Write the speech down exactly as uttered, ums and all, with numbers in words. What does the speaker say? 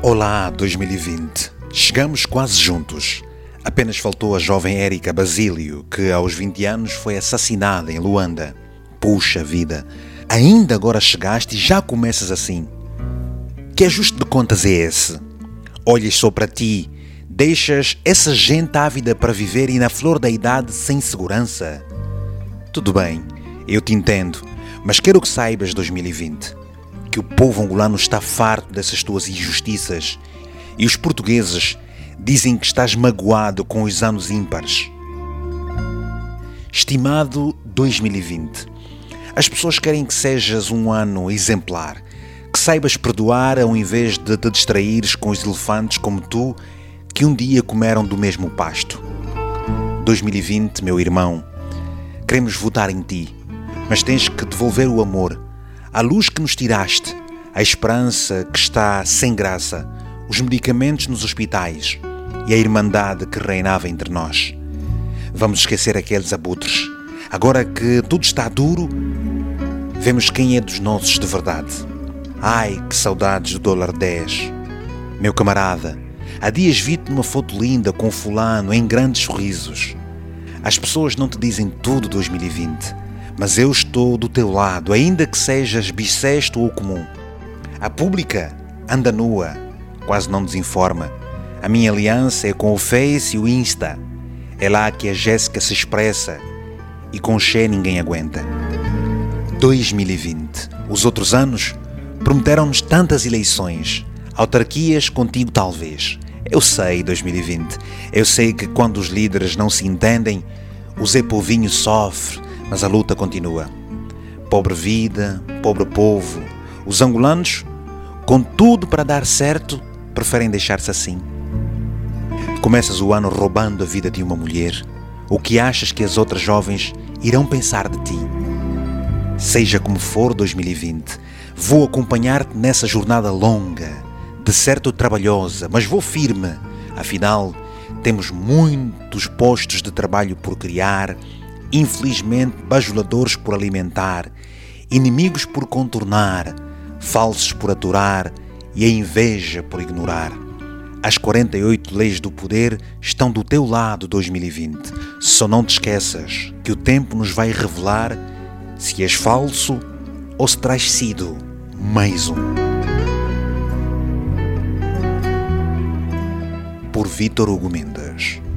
Olá, dois mil e vinte. Chegamos quase juntos. Apenas faltou a jovem Érica Basílio, que aos vinte anos foi assassinada em Luanda. Puxa vida, ainda agora chegaste e já começas assim. Que ajuste de contas é esse? Olhas só para ti, deixas essa gente ávida para viver e na flor da idade sem segurança? Tudo bem, eu te entendo, mas quero que saibas, dois mil e vinte, que o povo angolano está farto dessas tuas injustiças e os portugueses dizem que estás magoado com os anos ímpares. Estimado dois mil e vinte, as pessoas querem que sejas um ano exemplar, que saibas perdoar ao invés de te distraíres com os elefantes como tu, que um dia comeram do mesmo pasto. dois mil e vinte, meu irmão, queremos votar em ti, mas tens que devolver o amor, a luz que nos tiraste, a esperança que está sem graça, os medicamentos nos hospitais e a irmandade que reinava entre nós. Vamos esquecer aqueles abutres. Agora que tudo está duro, vemos quem é dos nossos de verdade. Ai, que saudades do dólar dez. Meu camarada, há dias vi-te numa foto linda com fulano em grandes sorrisos. As pessoas não te dizem tudo, dois mil e vinte, mas eu estou do teu lado, ainda que sejas bissexto ou comum. A pública anda nua, quase não nos informa. A minha aliança é com o Face e o Insta. É lá que a Jéssica se expressa e com o Che ninguém aguenta. dois mil e vinte. Os outros anos prometeram-nos tantas eleições, autarquias contigo talvez. Eu sei, dois mil e vinte, eu sei que quando os líderes não se entendem, o Zé Povinho sofre, mas a luta continua. Pobre vida, pobre povo. Os angolanos, com tudo para dar certo, preferem deixar-se assim. Começas o ano roubando a vida de uma mulher. O que achas que as outras jovens irão pensar de ti? Seja como for, dois mil e vinte, vou acompanhar-te nessa jornada longa, de certo trabalhosa, mas vou firme. Afinal, temos muitos postos de trabalho por criar, infelizmente bajuladores por alimentar, inimigos por contornar, falsos por aturar e a inveja por ignorar. As quarenta e oito leis do poder estão do teu lado, dois mil e vinte. Só não te esqueças que o tempo nos vai revelar se és falso ou se terás sido mais um. Por Vítor Hugo Mendes.